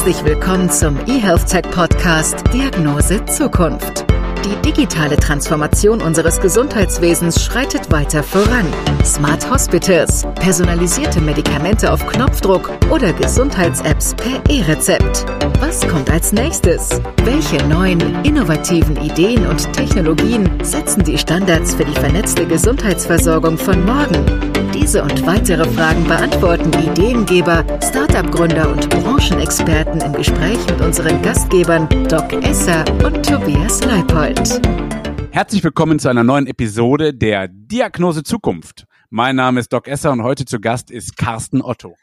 Herzlich willkommen zum eHealth-Tech Podcast Diagnose Zukunft. Die digitale Transformation unseres Gesundheitswesens schreitet weiter voran. Smart Hospitals, personalisierte Medikamente auf Knopfdruck oder Gesundheits-Apps per E-Rezept. Was kommt als nächstes? Welche neuen, innovativen Ideen und Technologien setzen die Standards für die vernetzte Gesundheitsversorgung von morgen? Diese und weitere Fragen beantworten Ideengeber, Startup-Gründer und Branchenexperten im Gespräch mit unseren Gastgebern Doc Esser und Tobias Leipold. Herzlich willkommen zu einer neuen Episode der Diagnose Zukunft. Mein Name ist Doc Esser und heute zu Gast ist Carsten Otto.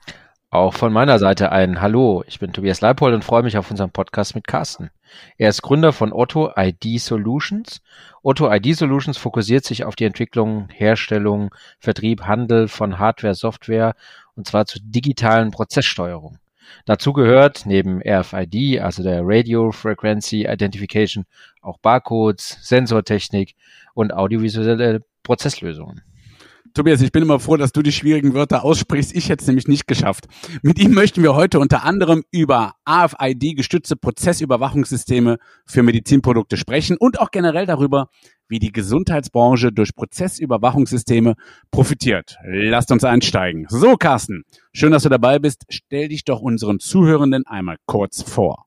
Auch von meiner Seite ein Hallo, ich bin Tobias Leipold und freue mich auf unseren Podcast mit Carsten. Er ist Gründer von Otto ID Solutions. Otto ID Solutions fokussiert sich auf die Entwicklung, Herstellung, Vertrieb, Handel von Hardware, Software und zwar zur digitalen Prozesssteuerung. Dazu gehört neben RFID, also der Radio Frequency Identification, auch Barcodes, Sensortechnik und audiovisuelle Prozesslösungen. Tobias, ich bin immer froh, dass du die schwierigen Wörter aussprichst. Ich hätte es nämlich nicht geschafft. Mit ihm möchten wir heute unter anderem über RFID-gestützte Prozessüberwachungssysteme für Medizinprodukte sprechen und auch generell darüber, wie die Gesundheitsbranche durch Prozessüberwachungssysteme profitiert. Lasst uns einsteigen. So, Carsten, schön, dass du dabei bist. Stell dich doch unseren Zuhörenden einmal kurz vor.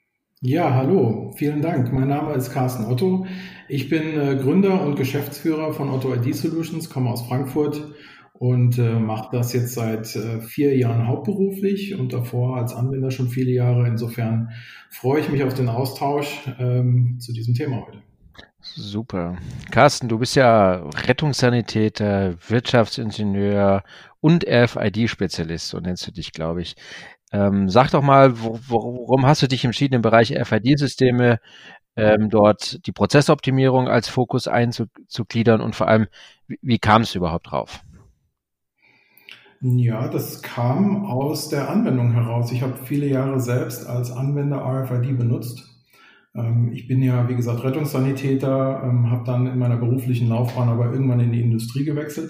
Ja, hallo, vielen Dank. Mein Name ist Carsten Otto. Ich bin Gründer und Geschäftsführer von Otto ID Solutions, komme aus Frankfurt und mache das jetzt seit 4 Jahren hauptberuflich und davor als Anwender schon viele Jahre. Insofern freue ich mich auf den Austausch zu diesem Thema heute. Super. Carsten, du bist ja Rettungssanitäter, Wirtschaftsingenieur und RFID-Spezialist, so nennst du dich, glaube ich. Sag doch mal, warum hast du dich entschieden, im Bereich RFID-Systeme dort die Prozessoptimierung als Fokus einzugliedern und vor allem, wie kam es überhaupt drauf? Ja, das kam aus der Anwendung heraus. Ich habe viele Jahre selbst als Anwender RFID benutzt. Ich bin ja, wie gesagt, Rettungssanitäter, habe dann in meiner beruflichen Laufbahn aber irgendwann in die Industrie gewechselt.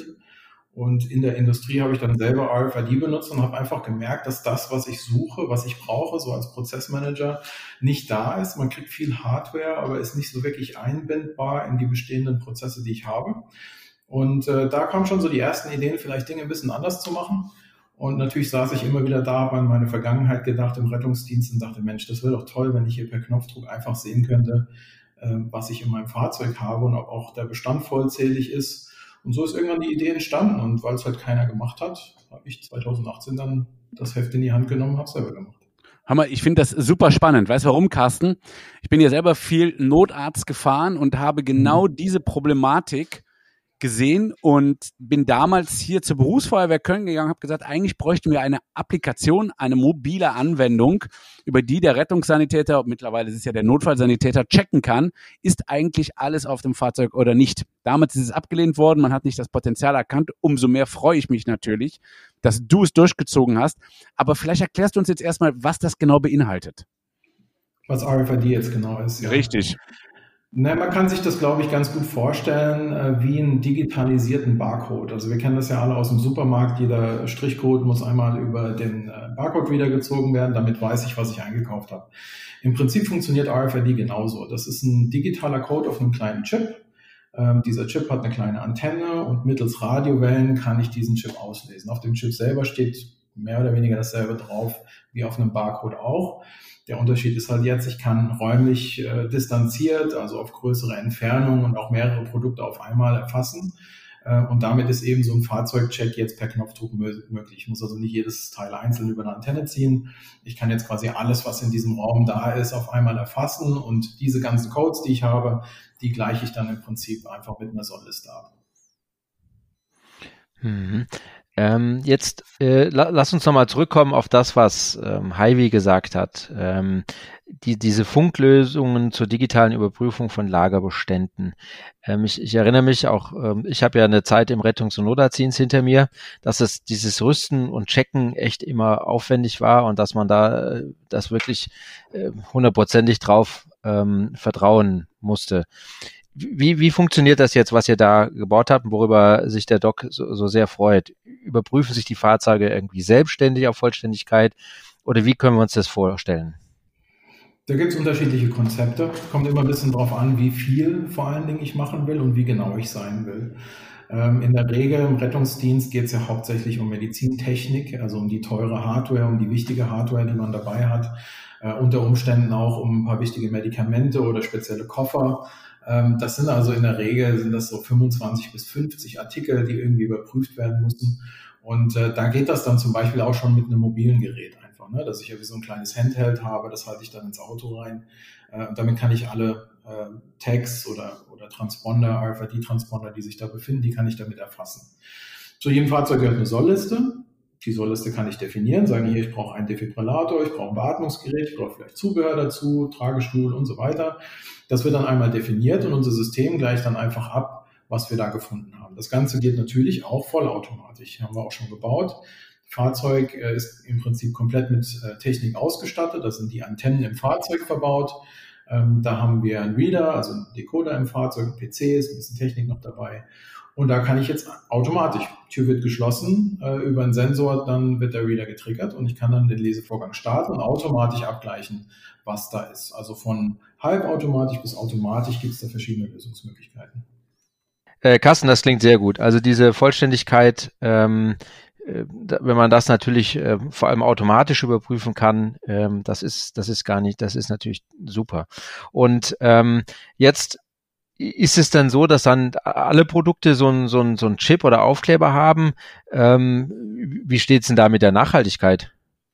Und in der Industrie habe ich dann selber RFID benutzt und habe einfach gemerkt, dass das, was ich suche, was ich brauche, so als Prozessmanager, nicht da ist. Man kriegt viel Hardware, aber ist nicht so wirklich einbindbar in die bestehenden Prozesse, die ich habe. Und da kamen schon so die ersten Ideen, vielleicht Dinge ein bisschen anders zu machen. Und natürlich saß ich immer wieder da, habe an meine Vergangenheit gedacht im Rettungsdienst und dachte, Mensch, das wäre doch toll, wenn ich hier per Knopfdruck einfach sehen könnte, was ich in meinem Fahrzeug habe und ob auch der Bestand vollzählig ist. Und so ist irgendwann die Idee entstanden und weil es halt keiner gemacht hat, habe ich 2018 dann das Heft in die Hand genommen und habe es selber gemacht. Hammer, ich finde das super spannend. Weißt du warum, Carsten? Ich bin ja selber viel Notarzt gefahren und habe genau diese Problematik gesehen und bin damals hier zur Berufsfeuerwehr Köln gegangen und habe gesagt, eigentlich bräuchten wir eine Applikation, eine mobile Anwendung, über die der Rettungssanitäter, mittlerweile ist es ja der Notfallsanitäter, checken kann, ist eigentlich alles auf dem Fahrzeug oder nicht. Damals ist es abgelehnt worden, man hat nicht das Potenzial erkannt. Umso mehr freue ich mich natürlich, dass du es durchgezogen hast. Aber vielleicht erklärst du uns jetzt erstmal, was das genau beinhaltet. Was RFID jetzt genau ist. Ja. Richtig. Man kann sich das, glaube ich, ganz gut vorstellen wie einen digitalisierten Barcode. Also wir kennen das ja alle aus dem Supermarkt. Jeder Strichcode muss einmal über den Barcode-Reader gezogen werden. Damit weiß ich, was ich eingekauft habe. Im Prinzip funktioniert RFID genauso. Das ist ein digitaler Code auf einem kleinen Chip. Dieser Chip hat eine kleine Antenne und mittels Radiowellen kann ich diesen Chip auslesen. Auf dem Chip selber steht mehr oder weniger dasselbe drauf wie auf einem Barcode auch. Der Unterschied ist halt jetzt, ich kann räumlich distanziert, also auf größere Entfernung und auch mehrere Produkte auf einmal erfassen. Und damit ist eben so ein Fahrzeugcheck jetzt per Knopfdruck möglich. Ich muss also nicht jedes Teil einzeln über eine Antenne ziehen. Ich kann jetzt quasi alles, was in diesem Raum da ist, auf einmal erfassen. Und diese ganzen Codes, die ich habe, die gleiche ich dann im Prinzip einfach mit einer Sonderliste ab. Jetzt lass uns nochmal zurückkommen auf das, was Hy-Vee gesagt hat. Diese Funklösungen zur digitalen Überprüfung von Lagerbeständen. Ich erinnere mich auch, ich habe ja eine Zeit im Rettungs- und Notarztdienst hinter mir, dass dieses Rüsten und Checken echt immer aufwendig war und dass man da das wirklich 100%ig drauf vertrauen musste. Wie funktioniert das jetzt, was ihr da gebaut habt und worüber sich der Doc so sehr freut? Überprüfen sich die Fahrzeuge irgendwie selbstständig auf Vollständigkeit Oder wie können wir uns das vorstellen? Da gibt es unterschiedliche Konzepte. Kommt immer ein bisschen drauf an, wie viel vor allen Dingen ich machen will und wie genau ich sein will. In der Regel im Rettungsdienst geht es ja hauptsächlich um Medizintechnik, also um die teure Hardware, um die wichtige Hardware, die man dabei hat. Unter Umständen auch um ein paar wichtige Medikamente oder spezielle Koffer. Das sind also in der Regel sind das so 25 bis 50 Artikel, die irgendwie überprüft werden müssen. Und da geht das dann zum Beispiel auch schon mit einem mobilen Gerät einfach, ne? Dass ich ja wie so ein kleines Handheld habe, das halte ich dann ins Auto rein. Und damit kann ich alle Tags oder Transponder, RFID-Transponder, die sich da befinden, die kann ich damit erfassen. Zu jedem Fahrzeug gehört eine Sollliste. Die Sollliste kann ich definieren, sagen hier, ich brauche einen Defibrillator, ich brauche ein Beatmungsgerät, ich brauche vielleicht Zubehör dazu, Tragestuhl und so weiter. Das wird dann einmal definiert und unser System gleicht dann einfach ab, was wir da gefunden haben. Das Ganze geht natürlich auch vollautomatisch, haben wir auch schon gebaut. Das Fahrzeug ist im Prinzip komplett mit Technik ausgestattet, da sind die Antennen im Fahrzeug verbaut. Da haben wir einen Reader, also einen Decoder im Fahrzeug, ein PC, ist ein bisschen Technik noch dabei. Und da kann ich jetzt automatisch, Tür wird geschlossen, über einen Sensor, dann wird der Reader getriggert und ich kann dann den Lesevorgang starten und automatisch abgleichen, was da ist. Also von halbautomatisch bis automatisch gibt es da verschiedene Lösungsmöglichkeiten. Carsten, das klingt sehr gut. Also diese Vollständigkeit, wenn man das natürlich vor allem automatisch überprüfen kann, das ist natürlich super. Und jetzt ist es dann so, dass dann alle Produkte so ein Chip oder Aufkleber haben? Wie steht's denn da mit der Nachhaltigkeit?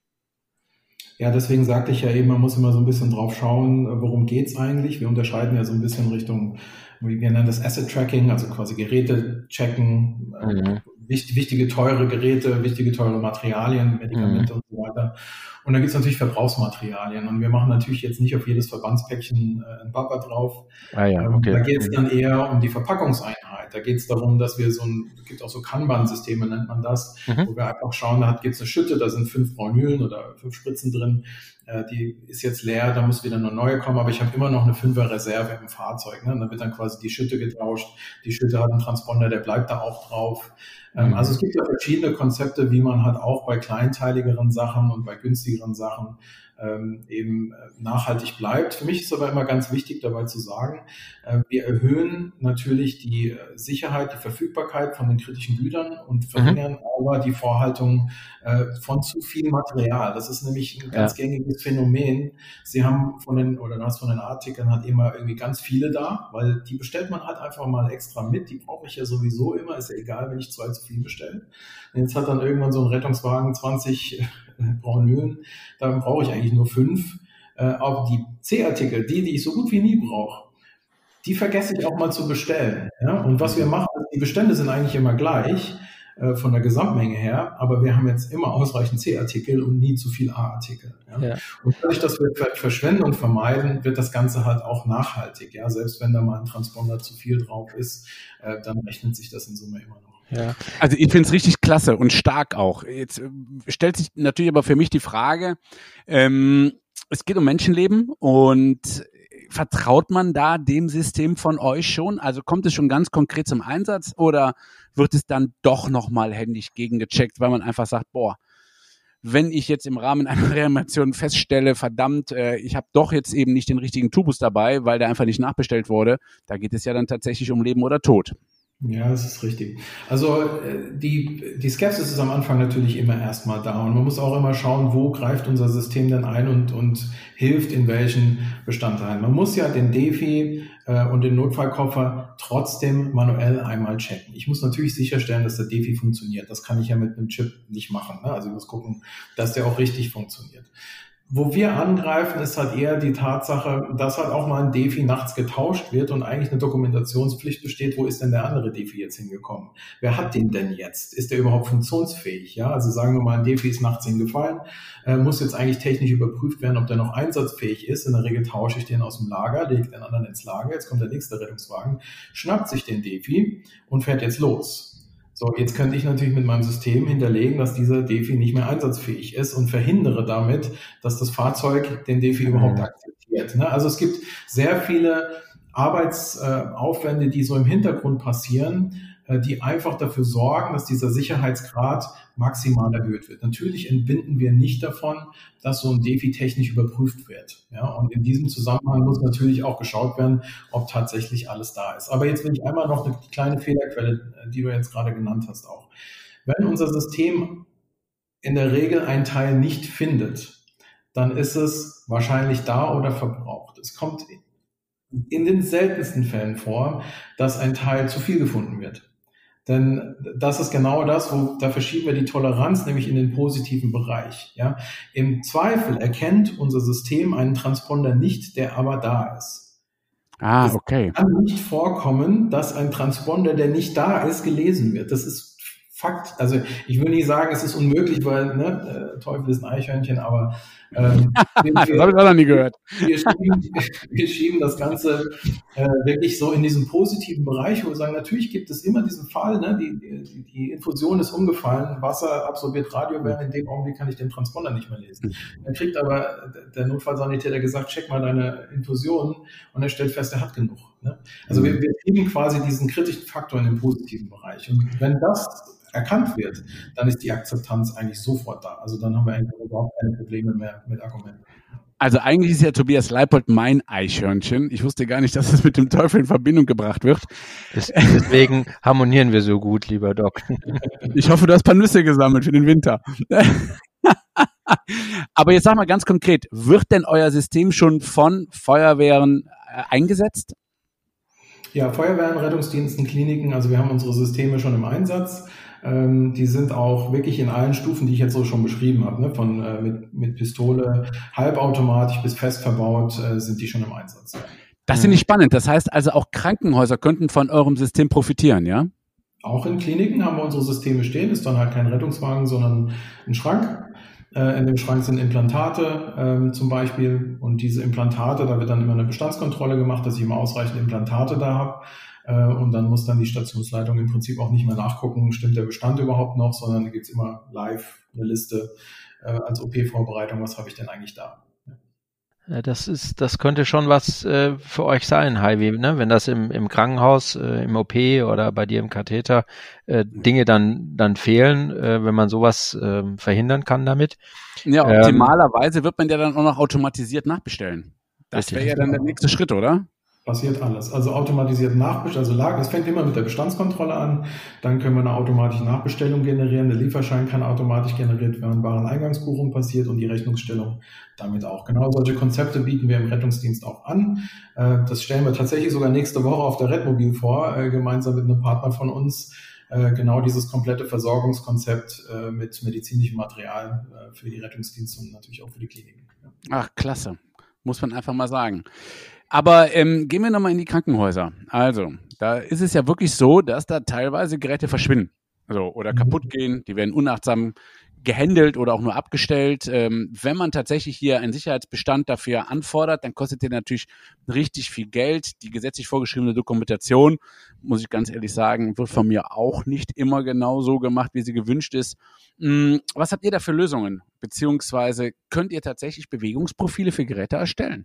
Ja, deswegen sagte ich ja eben, man muss immer so ein bisschen drauf schauen, worum geht's eigentlich. Wir unterscheiden ja so ein bisschen Richtung, wir nennen das Asset Tracking, also quasi Geräte checken, wichtige teure Geräte, wichtige teure Materialien, Medikamente und so weiter. Und dann gibt es natürlich Verbrauchsmaterialien. Und wir machen natürlich jetzt nicht auf jedes Verbandspäckchen ein Baba drauf. Okay. Da geht es dann eher um die Verpackungseinheit. Da geht es darum, dass wir es gibt auch so Kanban-Systeme, nennt man das, wo wir einfach schauen, da gibt es eine Schütte, da sind 5 Granulen oder 5 Spritzen drin. Die ist jetzt leer, da muss wieder eine neue kommen, aber ich habe immer noch eine 5er Reserve im Fahrzeug. Ne? Und dann wird dann quasi die Schütte getauscht. Die Schütte hat einen Transponder, der bleibt da auch drauf. Also es gibt ja verschiedene Konzepte, wie man halt auch bei kleinteiligeren Sachen und bei günstigeren Sachen eben nachhaltig bleibt. Für mich ist aber immer ganz wichtig dabei zu sagen, wir erhöhen natürlich die Sicherheit, die Verfügbarkeit von den kritischen Gütern und verringern aber die Vorhaltung von zu viel Material. Das ist nämlich ein ganz gängiges Phänomen. Du hast von den Artikeln halt immer irgendwie ganz viele da, weil die bestellt man halt einfach mal extra mit. Die brauche ich ja sowieso immer. Ist ja egal, wenn ich 2 zu viel bestelle. Und jetzt hat dann irgendwann so ein Rettungswagen 20 Granulen, dann brauche ich eigentlich nur 5. Auch die C-Artikel, die ich so gut wie nie brauche, die vergesse ich auch mal zu bestellen. Ja? Und was wir machen, die Bestände sind eigentlich immer gleich von der Gesamtmenge her, aber wir haben jetzt immer ausreichend C-Artikel und nie zu viel A-Artikel. Ja? Und dadurch, dass wir Verschwendung vermeiden, wird das Ganze halt auch nachhaltig. Ja? Selbst wenn da mal ein Transponder zu viel drauf ist, dann rechnet sich das in Summe immer noch. Ja. Also ich finde es richtig klasse und stark auch. Jetzt stellt sich natürlich aber für mich die Frage, es geht um Menschenleben und vertraut man da dem System von euch schon? Also kommt es schon ganz konkret zum Einsatz oder wird es dann doch nochmal händisch gegengecheckt, weil man einfach sagt, wenn ich jetzt im Rahmen einer Reanimation feststelle, verdammt, ich habe doch jetzt eben nicht den richtigen Tubus dabei, weil der einfach nicht nachbestellt wurde, da geht es ja dann tatsächlich um Leben oder Tod. Ja, das ist richtig. Also die Skepsis ist am Anfang natürlich immer erstmal da und man muss auch immer schauen, wo greift unser System denn ein und hilft in welchen Bestandteilen. Man muss ja den Defi und den Notfallkoffer trotzdem manuell einmal checken. Ich muss natürlich sicherstellen, dass der Defi funktioniert. Das kann ich ja mit einem Chip nicht machen. Ne? Also ich muss gucken, dass der auch richtig funktioniert. Wo wir angreifen, ist halt eher die Tatsache, dass halt auch mal ein Defi nachts getauscht wird und eigentlich eine Dokumentationspflicht besteht, wo ist denn der andere Defi jetzt hingekommen? Wer hat den denn jetzt? Ist der überhaupt funktionsfähig? Ja, also sagen wir mal, ein Defi ist nachts hingefallen, muss jetzt eigentlich technisch überprüft werden, ob der noch einsatzfähig ist. In der Regel tausche ich den aus dem Lager, lege den anderen ins Lager, jetzt kommt der nächste Rettungswagen, schnappt sich den Defi und fährt jetzt los. So, jetzt könnte ich natürlich mit meinem System hinterlegen, dass dieser Defi nicht mehr einsatzfähig ist und verhindere damit, dass das Fahrzeug den Defi überhaupt akzeptiert. Ne? Also es gibt sehr viele Arbeitsaufwände, die so im Hintergrund passieren, die einfach dafür sorgen, dass dieser Sicherheitsgrad maximal erhöht wird. Natürlich entbinden wir nicht davon, dass so ein Defi technisch überprüft wird. Ja, und in diesem Zusammenhang muss natürlich auch geschaut werden, ob tatsächlich alles da ist. Aber jetzt will ich einmal noch eine kleine Fehlerquelle, die du jetzt gerade genannt hast, auch. Wenn unser System in der Regel einen Teil nicht findet, dann ist es wahrscheinlich da oder verbraucht. Es kommt in den seltensten Fällen vor, dass ein Teil zu viel gefunden wird. Denn das ist genau das, da verschieben wir die Toleranz, nämlich in den positiven Bereich. Ja? Im Zweifel erkennt unser System einen Transponder nicht, der aber da ist. Okay. Es kann nicht vorkommen, dass ein Transponder, der nicht da ist, gelesen wird. Das ist Fakt. Also ich will nicht sagen, es ist unmöglich, weil Teufel ist ein Eichhörnchen, aber das habe ich auch noch nie gehört. Wir schieben das Ganze wirklich so in diesen positiven Bereich, wo wir sagen, natürlich gibt es immer diesen Fall, ne, die Infusion ist umgefallen, Wasser absorbiert Radiowellen, in dem Augenblick kann ich den Transponder nicht mehr lesen. Dann kriegt aber der Notfallsanitäter gesagt, check mal deine Infusion, und er stellt fest, er hat genug. Ne? Also wir schieben quasi diesen kritischen Faktor in den positiven Bereich. Und wenn das erkannt wird, dann ist die Akzeptanz eigentlich sofort da. Also dann haben wir eigentlich überhaupt keine Probleme mehr mit Argumenten. Also eigentlich ist ja Tobias Leipold mein Eichhörnchen. Ich wusste gar nicht, dass es mit dem Teufel in Verbindung gebracht wird. Deswegen harmonieren wir so gut, lieber Doc. Ich hoffe, du hast ein paar Nüsse gesammelt für den Winter. Aber jetzt sag mal ganz konkret, wird denn euer System schon von Feuerwehren eingesetzt? Ja, Feuerwehren, Rettungsdiensten, Kliniken, also wir haben unsere Systeme schon im Einsatz. Die sind auch wirklich in allen Stufen, die ich jetzt so schon beschrieben habe, ne? Von mit Pistole, halbautomatisch bis fest verbaut, sind die schon im Einsatz. Das finde ich spannend. Das heißt also, auch Krankenhäuser könnten von eurem System profitieren, ja? Auch in Kliniken haben wir unsere Systeme stehen. Ist dann halt kein Rettungswagen, sondern ein Schrank. In dem Schrank sind Implantate zum Beispiel, und diese Implantate, da wird dann immer eine Bestandskontrolle gemacht, dass ich immer ausreichend Implantate da habe. Und dann muss dann die Stationsleitung im Prinzip auch nicht mehr nachgucken, stimmt der Bestand überhaupt noch, sondern da gibt es immer live eine Liste als OP-Vorbereitung, was habe ich denn eigentlich da. Ja, das könnte schon was für euch sein, Heidi, ne? Wenn das im Krankenhaus, im OP oder bei dir im Katheter Dinge dann fehlen, wenn man sowas verhindern kann damit. Ja, optimalerweise wird man ja dann auch noch automatisiert nachbestellen. Das wäre ja dann der nächste Schritt, oder? Passiert alles. Also automatisiert Nachbestellung, es fängt immer mit der Bestandskontrolle an, dann können wir eine automatische Nachbestellung generieren, der Lieferschein kann automatisch generiert werden, Wareneingangsbuchung passiert und die Rechnungsstellung damit auch. Genau solche Konzepte bieten wir im Rettungsdienst auch an. Das stellen wir tatsächlich sogar nächste Woche auf der Redmobil vor, gemeinsam mit einem Partner von uns. Genau dieses komplette Versorgungskonzept mit medizinischem Material für die Rettungsdienste und natürlich auch für die Kliniken. Ja. Ach, klasse. Muss man einfach mal sagen. Aber gehen wir nochmal in die Krankenhäuser. Also, da ist es ja wirklich so, dass da teilweise Geräte verschwinden, oder kaputt gehen. Die werden unachtsam gehandelt oder auch nur abgestellt. Wenn man tatsächlich hier einen Sicherheitsbestand dafür anfordert, dann kostet der natürlich richtig viel Geld. Die gesetzlich vorgeschriebene Dokumentation, muss ich ganz ehrlich sagen, wird von mir auch nicht immer genau so gemacht, wie sie gewünscht ist. Was habt ihr da für Lösungen? Beziehungsweise könnt ihr tatsächlich Bewegungsprofile für Geräte erstellen?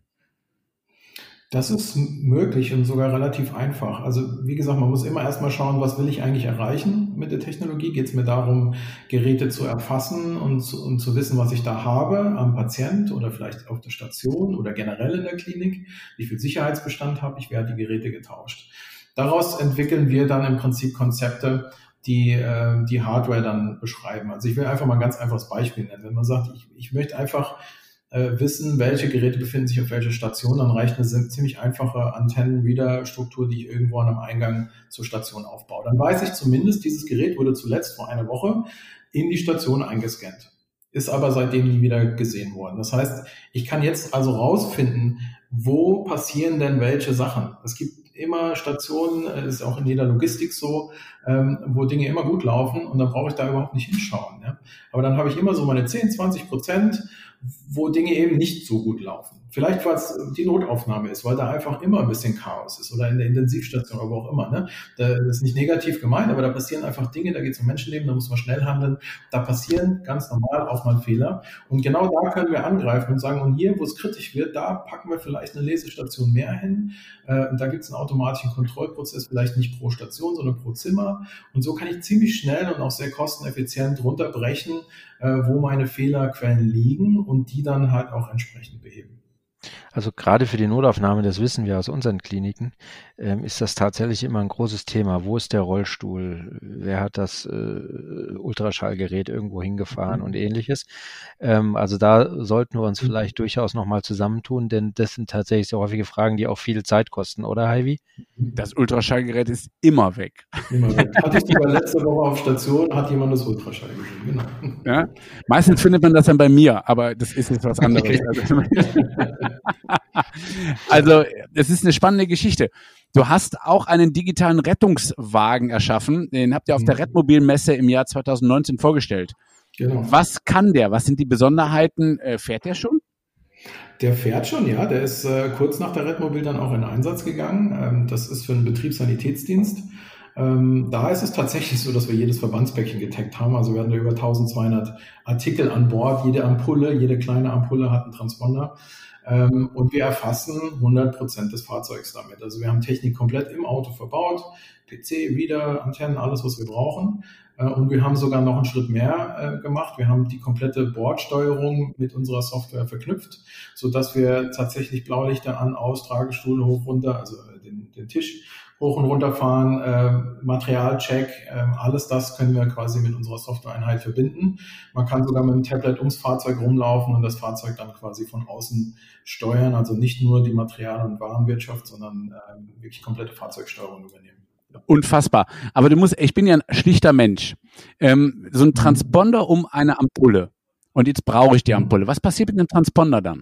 Das ist möglich und sogar relativ einfach. Also wie gesagt, man muss immer erstmal schauen, was will ich eigentlich erreichen mit der Technologie. Geht es mir darum, Geräte zu erfassen und zu wissen, was ich da habe am Patient oder vielleicht auf der Station oder generell in der Klinik, wie viel Sicherheitsbestand habe ich, wer hat die Geräte getauscht. Daraus entwickeln wir dann im Prinzip Konzepte, die Hardware dann beschreiben. Also ich will einfach mal ein ganz einfaches Beispiel nennen. Wenn man sagt, ich möchte einfach wissen, welche Geräte befinden sich auf welcher Station, dann reicht eine ziemlich einfache Antennen-Reader-Struktur, die ich irgendwo an einem Eingang zur Station aufbaue. Dann weiß ich zumindest, dieses Gerät wurde zuletzt vor einer Woche in die Station eingescannt, ist aber seitdem nie wieder gesehen worden. Das heißt, ich kann jetzt also rausfinden, wo passieren denn welche Sachen. Es gibt immer Stationen, ist auch in jeder Logistik so, wo Dinge immer gut laufen und dann brauche ich da überhaupt nicht hinschauen. Ja? Aber dann habe ich immer so meine 10-20%, wo Dinge eben nicht so gut laufen. Vielleicht, falls die Notaufnahme ist, weil da einfach immer ein bisschen Chaos ist oder in der Intensivstation oder wo auch immer. Ne? Das ist nicht negativ gemeint, aber da passieren einfach Dinge, da geht es um Menschenleben, da muss man schnell handeln. Da passieren ganz normal auch mal Fehler. Und genau da können wir angreifen und sagen, und hier, wo es kritisch wird, da packen wir vielleicht eine Lesestation mehr hin. Da gibt es einen automatischen Kontrollprozess, vielleicht nicht pro Station, sondern pro Zimmer. Und so kann ich ziemlich schnell und auch sehr kosteneffizient runterbrechen, wo meine Fehlerquellen liegen und die dann halt auch entsprechend beheben. Also gerade für die Notaufnahme, das wissen wir aus unseren Kliniken, ist das tatsächlich immer ein großes Thema. Wo ist der Rollstuhl? Wer hat das Ultraschallgerät irgendwo hingefahren und ähnliches? Also da sollten wir uns vielleicht durchaus nochmal zusammentun, denn das sind tatsächlich so häufige Fragen, die auch viel Zeit kosten, oder Heidi? Das Ultraschallgerät ist immer weg. Immer weg. Hatte ich sogar letzte Woche auf Station, hat jemand das Ultraschall gesehen. Genau. Ja? Meistens findet man das dann bei mir, aber das ist jetzt was anderes. Also, es ist eine spannende Geschichte. Du hast auch einen digitalen Rettungswagen erschaffen. Den habt ihr auf der Redmobil-Messe im Jahr 2019 vorgestellt. Genau. Was kann der? Was sind die Besonderheiten? Fährt der schon? Der fährt schon, ja. Der ist kurz nach der Redmobil dann auch in Einsatz gegangen. Das ist für einen Betriebssanitätsdienst. Da ist es tatsächlich so, dass wir jedes Verbandspäckchen getaggt haben. Also wir hatten da über 1200 Artikel an Bord. Jede Ampulle, jede kleine Ampulle hat einen Transponder. Und wir erfassen 100% des Fahrzeugs damit. Also wir haben Technik komplett im Auto verbaut. PC, Reader, Antennen, alles, was wir brauchen. Und wir haben sogar noch einen Schritt mehr gemacht. Wir haben die komplette Bordsteuerung mit unserer Software verknüpft, sodass wir tatsächlich Blaulichter an, aus, Tragestuhl hoch, runter, also den Tisch hoch und runter fahren, Materialcheck, alles das können wir quasi mit unserer Software-Einheit verbinden. Man kann sogar mit dem Tablet ums Fahrzeug rumlaufen und das Fahrzeug dann quasi von außen steuern, also nicht nur die Material- und Warenwirtschaft, sondern wirklich komplette Fahrzeugsteuerung übernehmen. Unfassbar. Aber ich bin ja ein schlichter Mensch. So ein Transponder um eine Ampulle. Und jetzt brauche ich die Ampulle. Was passiert mit dem Transponder dann?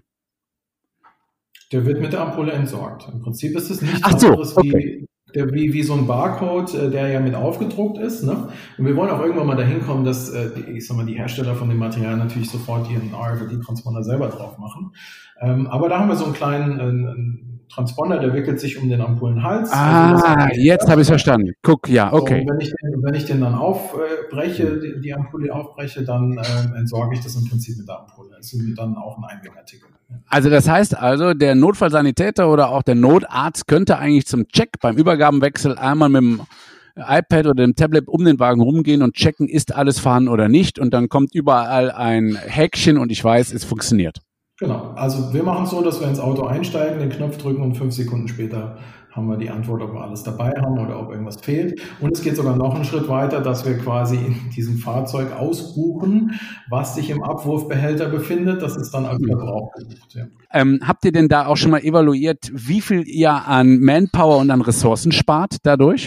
Der wird mit der Ampulle entsorgt. Im Prinzip ist es nichts anderes wie so ein Barcode, der ja mit aufgedruckt ist. Ne? Und wir wollen auch irgendwann mal dahin kommen, dass die Hersteller von dem Material natürlich sofort ihren RFID-Transponder selber drauf machen. Aber da haben wir so einen kleinen Transponder, der wickelt sich um den Ampullenhals. Jetzt habe ich es verstanden. Guck, ja, okay. So, wenn ich den dann aufbreche, die Ampulle aufbreche, dann entsorge ich das im Prinzip mit der Ampulle. Das ist dann auch ein Einwegartikel. Also das heißt der Notfallsanitäter oder auch der Notarzt könnte eigentlich zum Check beim Übergabenwechsel einmal mit dem iPad oder dem Tablet um den Wagen rumgehen und checken, ist alles vorhanden oder nicht. Und dann kommt überall ein Häkchen und ich weiß, es funktioniert. Genau, also wir machen es so, dass wir ins Auto einsteigen, den Knopf drücken und 5 Sekunden später haben wir die Antwort, ob wir alles dabei haben oder ob irgendwas fehlt. Und es geht sogar noch einen Schritt weiter, dass wir quasi in diesem Fahrzeug ausbuchen, was sich im Abwurfbehälter befindet. Das ist dann als Verbrauch gebucht. Ja. Habt ihr denn da auch schon mal evaluiert, wie viel ihr an Manpower und an Ressourcen spart dadurch?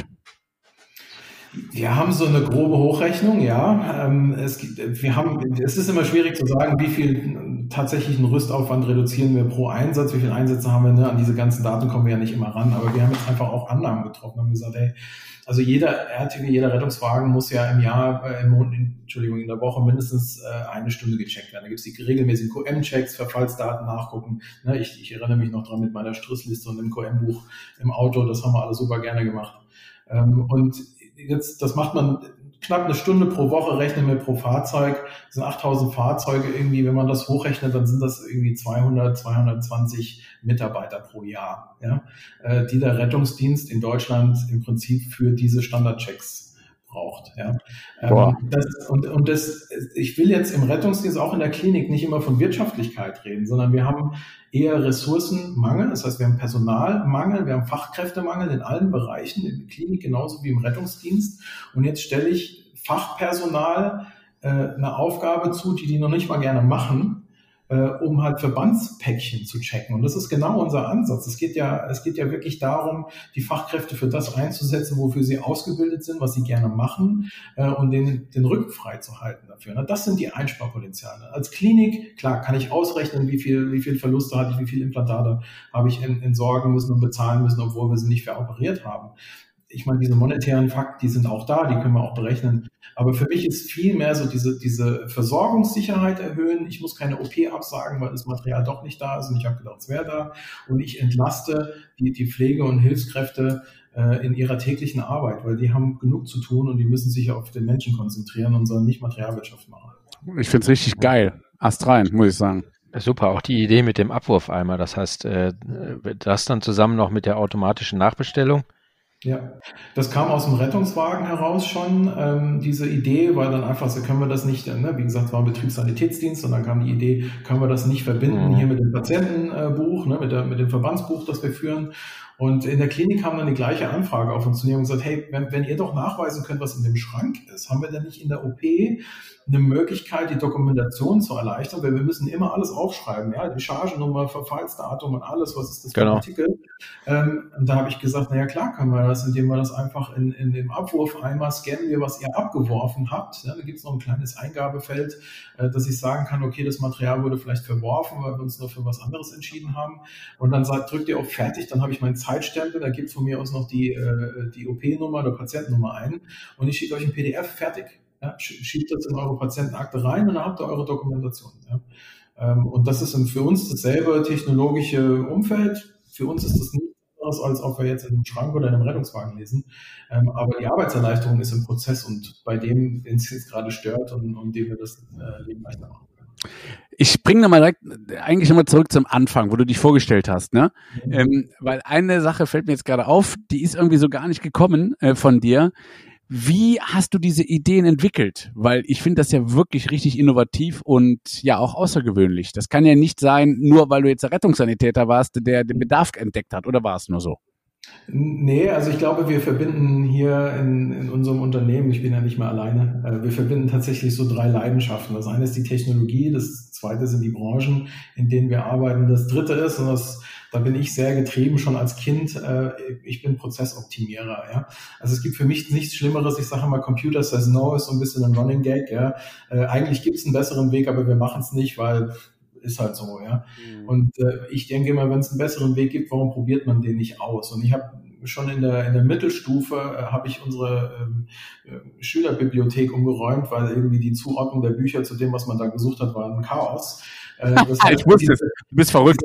Wir haben so eine grobe Hochrechnung, ja. Es ist immer schwierig zu sagen, wie viel tatsächlichen Rüstaufwand reduzieren wir pro Einsatz, wie viele Einsätze haben wir, ne? An diese ganzen Daten kommen wir ja nicht immer ran, aber wir haben jetzt einfach auch Annahmen getroffen, haben gesagt, also jeder RTW, jeder Rettungswagen muss ja in der Woche mindestens eine Stunde gecheckt werden. Da gibt es die regelmäßigen QM-Checks, Verfallsdaten nachgucken. Ne? Ich erinnere mich noch dran mit meiner Strissliste und dem QM-Buch im Auto, das haben wir alle super gerne gemacht. Und jetzt, das macht man knapp eine Stunde pro Woche, rechnen wir pro Fahrzeug. Das sind 8000 Fahrzeuge irgendwie. Wenn man das hochrechnet, dann sind das irgendwie 220 Mitarbeiter pro Jahr, ja, die der Rettungsdienst in Deutschland im Prinzip für diese Standardchecks braucht. Ja. Ich will jetzt im Rettungsdienst, auch in der Klinik, nicht immer von Wirtschaftlichkeit reden, sondern wir haben eher Ressourcenmangel. Das heißt, wir haben Personalmangel, wir haben Fachkräftemangel in allen Bereichen, in der Klinik genauso wie im Rettungsdienst. Und jetzt stelle ich Fachpersonal eine Aufgabe zu, die noch nicht mal gerne machen, um halt Verbandspäckchen zu checken. Und das ist genau unser Ansatz. Es geht ja wirklich darum, die Fachkräfte für das einzusetzen, wofür sie ausgebildet sind, was sie gerne machen, und den Rücken frei zu halten dafür. Das sind die Einsparpotenziale. Als Klinik, klar, kann ich ausrechnen, wie viel Verluste hatte ich, wie viele Implantate habe ich entsorgen müssen und bezahlen müssen, obwohl wir sie nicht veroperiert haben. ich meine, diese monetären Fakten, die sind auch da, die können wir auch berechnen. Aber für mich ist viel mehr so diese Versorgungssicherheit erhöhen. Ich muss keine OP absagen, weil das Material doch nicht da ist und ich habe gedacht, es wäre da. Und ich entlaste die Pflege- und Hilfskräfte in ihrer täglichen Arbeit, weil die haben genug zu tun und die müssen sich auf den Menschen konzentrieren und sollen nicht Materialwirtschaft machen. Ich finde es richtig geil. Astrein, muss ich sagen. Super, auch die Idee mit dem Abwurfeimer. Das heißt, das dann zusammen noch mit der automatischen Nachbestellung. Ja, das kam aus dem Rettungswagen heraus schon. Diese Idee war dann einfach so, können wir das nicht, wie gesagt, war ein Betriebssanitätsdienst und dann kam die Idee, können wir das nicht verbinden hier mit dem Patientenbuch, mit dem Verbandsbuch, das wir führen. Und in der Klinik haben dann die gleiche Anfrage auf uns zu nehmen und gesagt, hey, wenn ihr doch nachweisen könnt, was in dem Schrank ist, haben wir denn nicht in der OP eine Möglichkeit, die Dokumentation zu erleichtern, weil wir müssen immer alles aufschreiben, ja, die Chargennummer, Verfallsdatum und alles, was ist das für ein Artikel. Und da habe ich gesagt, naja, klar können wir das, indem wir das einfach in dem Abwurfeimer scannen wir, was ihr abgeworfen habt. Ja, da gibt es noch ein kleines Eingabefeld, dass ich sagen kann, okay, das Material wurde vielleicht verworfen, weil wir uns nur für was anderes entschieden haben. Und dann drückt ihr auf Fertig, dann habe ich meinen Zeitstempel, da gibt von mir aus noch die OP-Nummer oder Patientennummer ein und ich schicke euch ein PDF fertig. Ja, schiebt das in eure Patientenakte rein und dann habt ihr eure Dokumentation. Ja. Und das ist für uns dasselbe technologische Umfeld. Für uns ist das nicht anders, als ob wir jetzt in einem Schrank oder in einem Rettungswagen lesen. Aber die Arbeitserleichterung ist im Prozess und bei dem, den es jetzt gerade stört und dem wir das Leben leichter machen. Ich bringe nochmal direkt eigentlich nochmal zurück zum Anfang, wo du dich vorgestellt hast, ne? Weil eine Sache fällt mir jetzt gerade auf, die ist irgendwie so gar nicht gekommen von dir. Wie hast du diese Ideen entwickelt? Weil ich finde das ja wirklich richtig innovativ und ja auch außergewöhnlich. Das kann ja nicht sein, nur weil du jetzt der Rettungssanitäter warst, der den Bedarf entdeckt hat, oder war es nur so? Nee, also ich glaube, wir verbinden hier in unserem Unternehmen, ich bin ja nicht mehr alleine, wir verbinden tatsächlich so 3 Leidenschaften. Das eine ist die Technologie, das zweite sind die Branchen, in denen wir arbeiten. Das dritte ist, und da bin ich sehr getrieben, schon als Kind, ich bin Prozessoptimierer. Ja? Also es gibt für mich nichts Schlimmeres, ich sage immer, Computer says no, ist so ein bisschen ein Running Gag. Ja? Eigentlich gibt es einen besseren Weg, aber wir machen es nicht, weil ist halt so, ja. Und ich denke immer, wenn es einen besseren Weg gibt, warum probiert man den nicht aus? Und ich habe schon in der Mittelstufe habe ich unsere Schülerbibliothek umgeräumt, weil irgendwie die Zuordnung der Bücher zu dem, was man da gesucht hat, war ein Chaos. Das heißt, ich wusste es, du bist verrückt.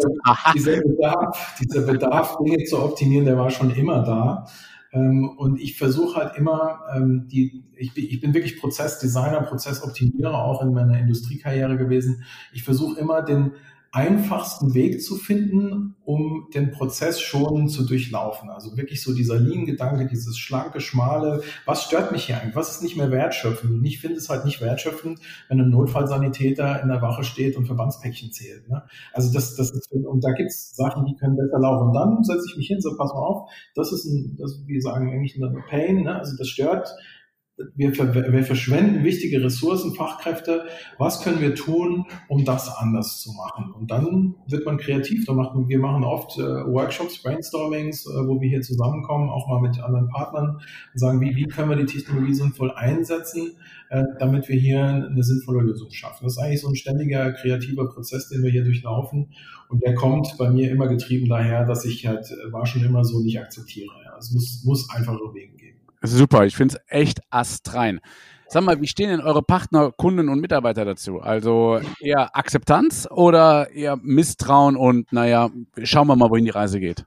Dieser Bedarf, Dinge zu optimieren, der war schon immer da. Und ich versuche halt immer, ich bin wirklich Prozessdesigner, Prozessoptimierer, auch in meiner Industriekarriere gewesen. Ich versuche immer, den einfachsten Weg zu finden, um den Prozess schon zu durchlaufen. Also wirklich so dieser Lean-Gedanke, dieses schlanke, schmale, was stört mich hier eigentlich? Was ist nicht mehr wertschöpfend? Und ich finde es halt nicht wertschöpfend, wenn ein Notfallsanitäter in der Wache steht und Verbandspäckchen zählt. Ne? Also das ist, und da gibt es Sachen, die können besser laufen. Und dann setze ich mich hin, so pass mal auf, das ist wir sagen eigentlich ein Pain, ne? Also das stört. Wir verschwenden wichtige Ressourcen, Fachkräfte. Was können wir tun, um das anders zu machen? Und dann wird man kreativ. Wir machen oft Workshops, Brainstormings, wo wir hier zusammenkommen, auch mal mit anderen Partnern und sagen, wie können wir die Technologie sinnvoll einsetzen, damit wir hier eine sinnvolle Lösung schaffen. Das ist eigentlich so ein ständiger, kreativer Prozess, den wir hier durchlaufen. Und der kommt bei mir immer getrieben daher, dass ich war schon immer so, nicht akzeptiere. Ja. Es muss einfache Wege geben. Super, ich finde es echt astrein. Sag mal, wie stehen denn eure Partner, Kunden und Mitarbeiter dazu? Also eher Akzeptanz oder eher Misstrauen und naja, schauen wir mal, wohin die Reise geht?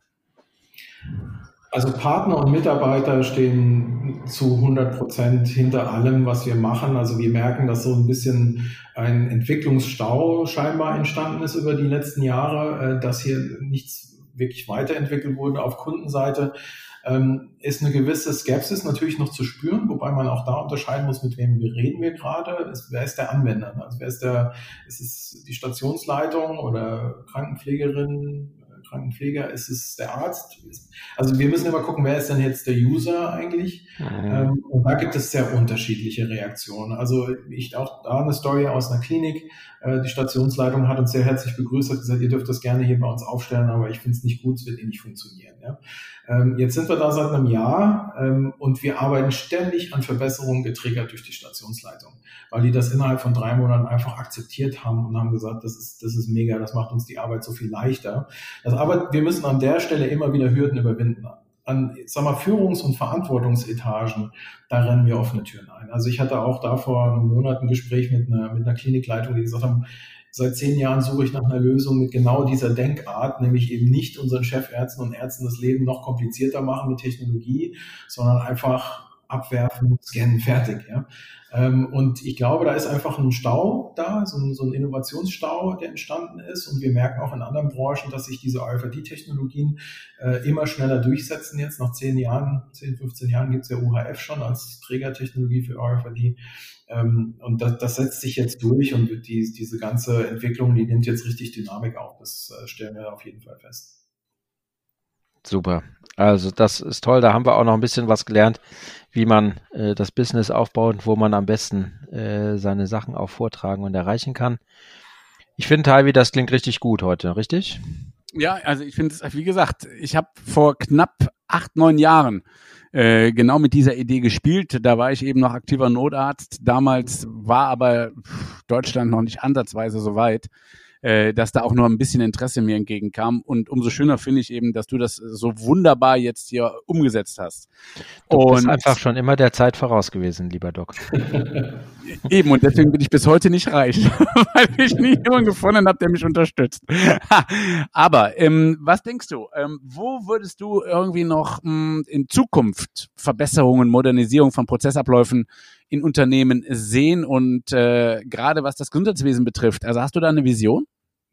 Also Partner und Mitarbeiter stehen zu 100% hinter allem, was wir machen. Also wir merken, dass so ein bisschen ein Entwicklungsstau scheinbar entstanden ist über die letzten Jahre, dass hier nichts wirklich weiterentwickelt wurde auf Kundenseite. Ist eine gewisse Skepsis natürlich noch zu spüren, wobei man auch da unterscheiden muss, mit wem reden wir gerade. Wer ist der Anwender? Also ist es die Stationsleitung oder Krankenpflegerin, Krankenpfleger? Ist es der Arzt? Also wir müssen immer gucken, wer ist denn jetzt der User eigentlich? Und da gibt es sehr unterschiedliche Reaktionen. Also auch da eine Story aus einer Klinik. Die Stationsleitung hat uns sehr herzlich begrüßt, hat gesagt, ihr dürft das gerne hier bei uns aufstellen, aber ich finde es nicht gut, es wird nicht funktionieren. Ja? Jetzt sind wir da seit einem Jahr und wir arbeiten ständig an Verbesserungen, getriggert durch die Stationsleitung, weil die das innerhalb von 3 Monaten einfach akzeptiert haben und haben gesagt, das ist mega, das macht uns die Arbeit so viel leichter. Aber wir müssen an der Stelle immer wieder Hürden überwinden. sag mal, Führungs- und Verantwortungsetagen, da rennen wir offene Türen ein. Also ich hatte auch da vor einem Monat ein Gespräch mit einer Klinikleitung, die gesagt haben, seit 10 Jahren suche ich nach einer Lösung mit genau dieser Denkart, nämlich eben nicht unseren Chefärzten und Ärzten das Leben noch komplizierter machen mit Technologie, sondern einfach abwerfen, scannen, fertig. Ja. Und ich glaube, da ist einfach ein Stau da, so ein Innovationsstau, der entstanden ist. Und wir merken auch in anderen Branchen, dass sich diese RFID-Technologien immer schneller durchsetzen. Jetzt nach 10, 15 Jahren gibt es ja UHF schon als Trägertechnologie für RFID. Und das setzt sich jetzt durch und diese ganze Entwicklung, die nimmt jetzt richtig Dynamik auf. Das stellen wir auf jeden Fall fest. Super. Also das ist toll. Da haben wir auch noch ein bisschen was gelernt, wie man das Business aufbaut, wo man am besten seine Sachen auch vortragen und erreichen kann. Ich finde, Taiwi, das klingt richtig gut heute, richtig? Ja, also ich finde es, wie gesagt, ich habe vor knapp 8, 9 Jahren genau mit dieser Idee gespielt. Da war ich eben noch aktiver Notarzt. Damals war aber Deutschland noch nicht ansatzweise so weit, dass da auch nur ein bisschen Interesse mir entgegenkam. Und umso schöner finde ich eben, dass du das so wunderbar jetzt hier umgesetzt hast. Du bist einfach schon immer der Zeit voraus gewesen, lieber Doc. Eben, und deswegen bin ich bis heute nicht reich, weil ich nie jemanden gefunden habe, der mich unterstützt. Aber was denkst du, wo würdest du irgendwie noch in Zukunft Verbesserungen, Modernisierung von Prozessabläufen in Unternehmen sehen und gerade was das Gesundheitswesen betrifft? Also hast du da eine Vision?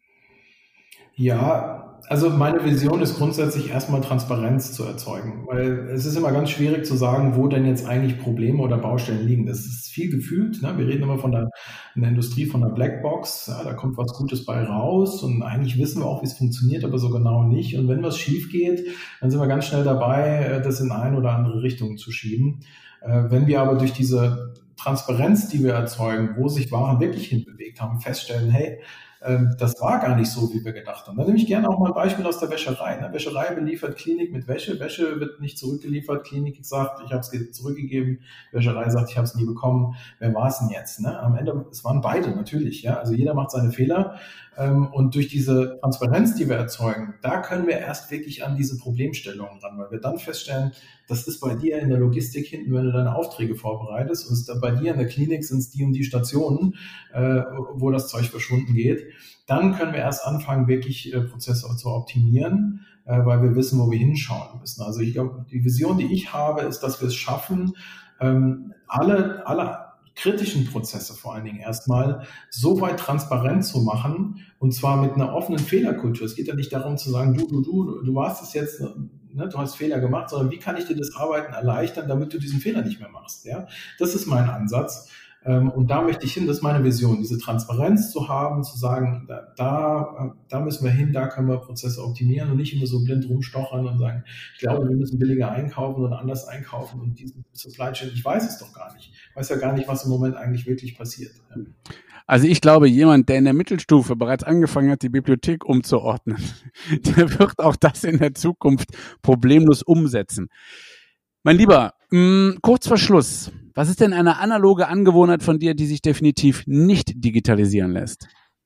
Ja, also meine Vision ist grundsätzlich erstmal Transparenz zu erzeugen, weil es ist immer ganz schwierig zu sagen, wo denn jetzt eigentlich Probleme oder Baustellen liegen. Das ist viel gefühlt, ne? Wir reden immer in der Industrie von einer Blackbox, ja, da kommt was Gutes bei raus und eigentlich wissen wir auch, wie es funktioniert, aber so genau nicht. Und wenn was schief geht, dann sind wir ganz schnell dabei, das in eine oder andere Richtung zu schieben. Wenn wir aber durch diese Transparenz, die wir erzeugen, wo sich Waren wirklich hinbewegt haben, feststellen, hey, das war gar nicht so, wie wir gedacht haben. Da nehme ich gerne auch mal ein Beispiel aus der Wäscherei. Eine Wäscherei beliefert Klinik mit Wäsche. Wäsche wird nicht zurückgeliefert. Klinik sagt, ich habe es zurückgegeben. Wäscherei sagt, ich habe es nie bekommen. Wer war es denn jetzt? Ne? Am Ende, es waren beide natürlich. Ja? Also jeder macht seine Fehler. Und durch diese Transparenz, die wir erzeugen, da können wir erst wirklich an diese Problemstellungen ran, weil wir dann feststellen, das ist bei dir in der Logistik hinten, wenn du deine Aufträge vorbereitest, und ist bei dir in der Klinik sind es die und die Stationen, wo das Zeug verschwunden geht. Dann können wir erst anfangen, wirklich Prozesse zu optimieren, weil wir wissen, wo wir hinschauen müssen. Also ich glaube, die Vision, die ich habe, ist, dass wir es schaffen, alle kritischen Prozesse vor allen Dingen erstmal so weit transparent zu machen, und zwar mit einer offenen Fehlerkultur. Es geht ja nicht darum zu sagen, du warst es jetzt, ne, du hast Fehler gemacht, sondern wie kann ich dir das Arbeiten erleichtern, damit du diesen Fehler nicht mehr machst. Ja? Das ist mein Ansatz. Und da möchte ich hin, das ist meine Vision, diese Transparenz zu haben, zu sagen, da müssen wir hin, da können wir Prozesse optimieren und nicht immer so blind rumstochern und sagen, ich glaube, wir müssen billiger einkaufen oder anders einkaufen und diesen Supply Chain, ich weiß es doch gar nicht. Ich weiß ja gar nicht, was im Moment eigentlich wirklich passiert. Also ich glaube, jemand, der in der Mittelstufe bereits angefangen hat, die Bibliothek umzuordnen, der wird auch das in der Zukunft problemlos umsetzen. Mein Lieber, kurz vor Schluss, was ist denn eine analoge Angewohnheit von dir, die sich definitiv nicht digitalisieren lässt?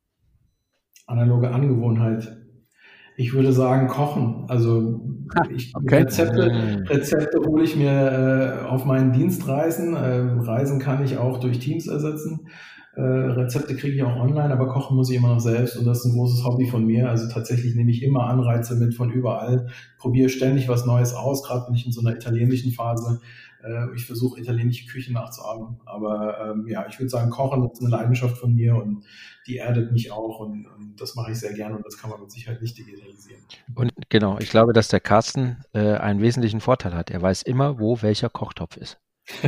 Analoge Angewohnheit. Ich würde sagen, kochen. Also okay. Rezepte hole ich mir auf meinen Dienstreisen. Reisen kann ich auch durch Teams ersetzen. Rezepte kriege ich auch online, aber kochen muss ich immer noch selbst, und das ist ein großes Hobby von mir. Also tatsächlich nehme ich immer Anreize mit von überall, probiere ständig was Neues aus, gerade bin ich in so einer italienischen Phase. Ich versuche, italienische Küche nachzuahmen, aber ja, ich würde sagen, Kochen ist eine Leidenschaft von mir und die erdet mich auch, und das mache ich sehr gerne, und das kann man mit Sicherheit nicht digitalisieren. Und genau, ich glaube, dass der Carsten einen wesentlichen Vorteil hat. Er weiß immer, wo welcher Kochtopf ist.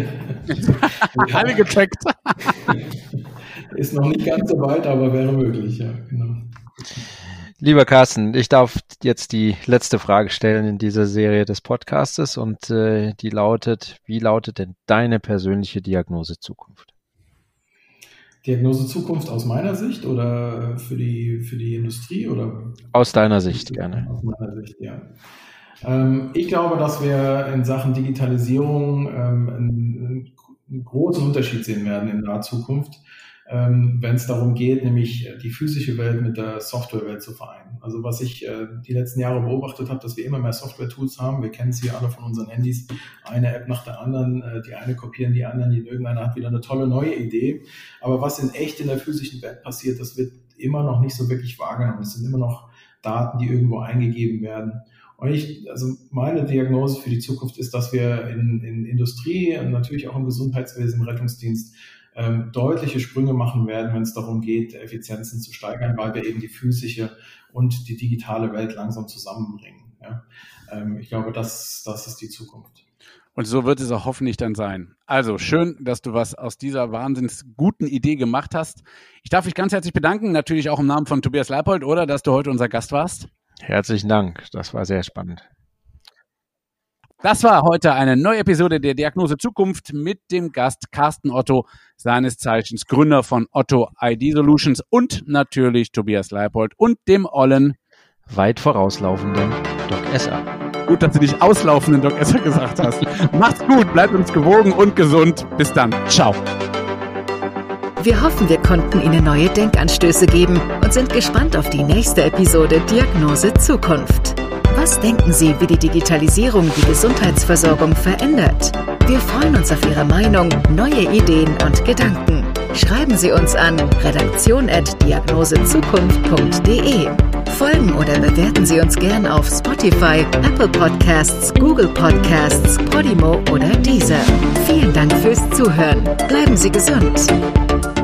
Alle gecheckt. Ist noch nicht ganz so weit, aber wäre möglich, ja, genau. Lieber Carsten, ich darf jetzt die letzte Frage stellen in dieser Serie des Podcastes, und die lautet, wie lautet denn deine persönliche Diagnose Zukunft? Diagnose Zukunft aus meiner Sicht oder für die Industrie? Oder? Aus deiner Sicht gerne. Aus meiner Sicht, ja. Ich glaube, dass wir in Sachen Digitalisierung einen großen Unterschied sehen werden in naher Zukunft. wenn es darum geht, nämlich die physische Welt mit der Softwarewelt zu vereinen. Also was ich die letzten Jahre beobachtet habe, dass wir immer mehr Software-Tools haben. Wir kennen es hier alle von unseren Handys, eine App nach der anderen, die eine kopieren die anderen, irgendeiner hat wieder eine tolle neue Idee. Aber was in der physischen Welt passiert, das wird immer noch nicht so wirklich wahrgenommen. Es sind immer noch Daten, die irgendwo eingegeben werden. Und meine Diagnose für die Zukunft ist, dass wir in Industrie und natürlich auch im Gesundheitswesen, im Rettungsdienst deutliche Sprünge machen werden, wenn es darum geht, Effizienzen zu steigern, weil wir eben die physische und die digitale Welt langsam zusammenbringen. Ja? Ich glaube, das ist die Zukunft. Und so wird es auch hoffentlich dann sein. Also schön, dass du was aus dieser wahnsinnig guten Idee gemacht hast. Ich darf mich ganz herzlich bedanken, natürlich auch im Namen von Tobias Leipold, oder, dass du heute unser Gast warst. Herzlichen Dank, das war sehr spannend. Das war heute eine neue Episode der Diagnose Zukunft mit dem Gast Carsten Otto, seines Zeichens Gründer von Otto ID Solutions und natürlich Tobias Leipold und dem ollen, weit vorauslaufenden Doc SA. Gut, dass du dich auslaufenden Doc SA gesagt hast. Macht's gut, bleibt uns gewogen und gesund. Bis dann. Ciao. Wir hoffen, wir konnten Ihnen neue Denkanstöße geben und sind gespannt auf die nächste Episode Diagnose Zukunft. Was denken Sie, wie die Digitalisierung die Gesundheitsversorgung verändert? Wir freuen uns auf Ihre Meinung, neue Ideen und Gedanken. Schreiben Sie uns an redaktion@diagnosezukunft.de. Folgen oder bewerten Sie uns gern auf Spotify, Apple Podcasts, Google Podcasts, Podimo oder Deezer. Vielen Dank fürs Zuhören. Bleiben Sie gesund.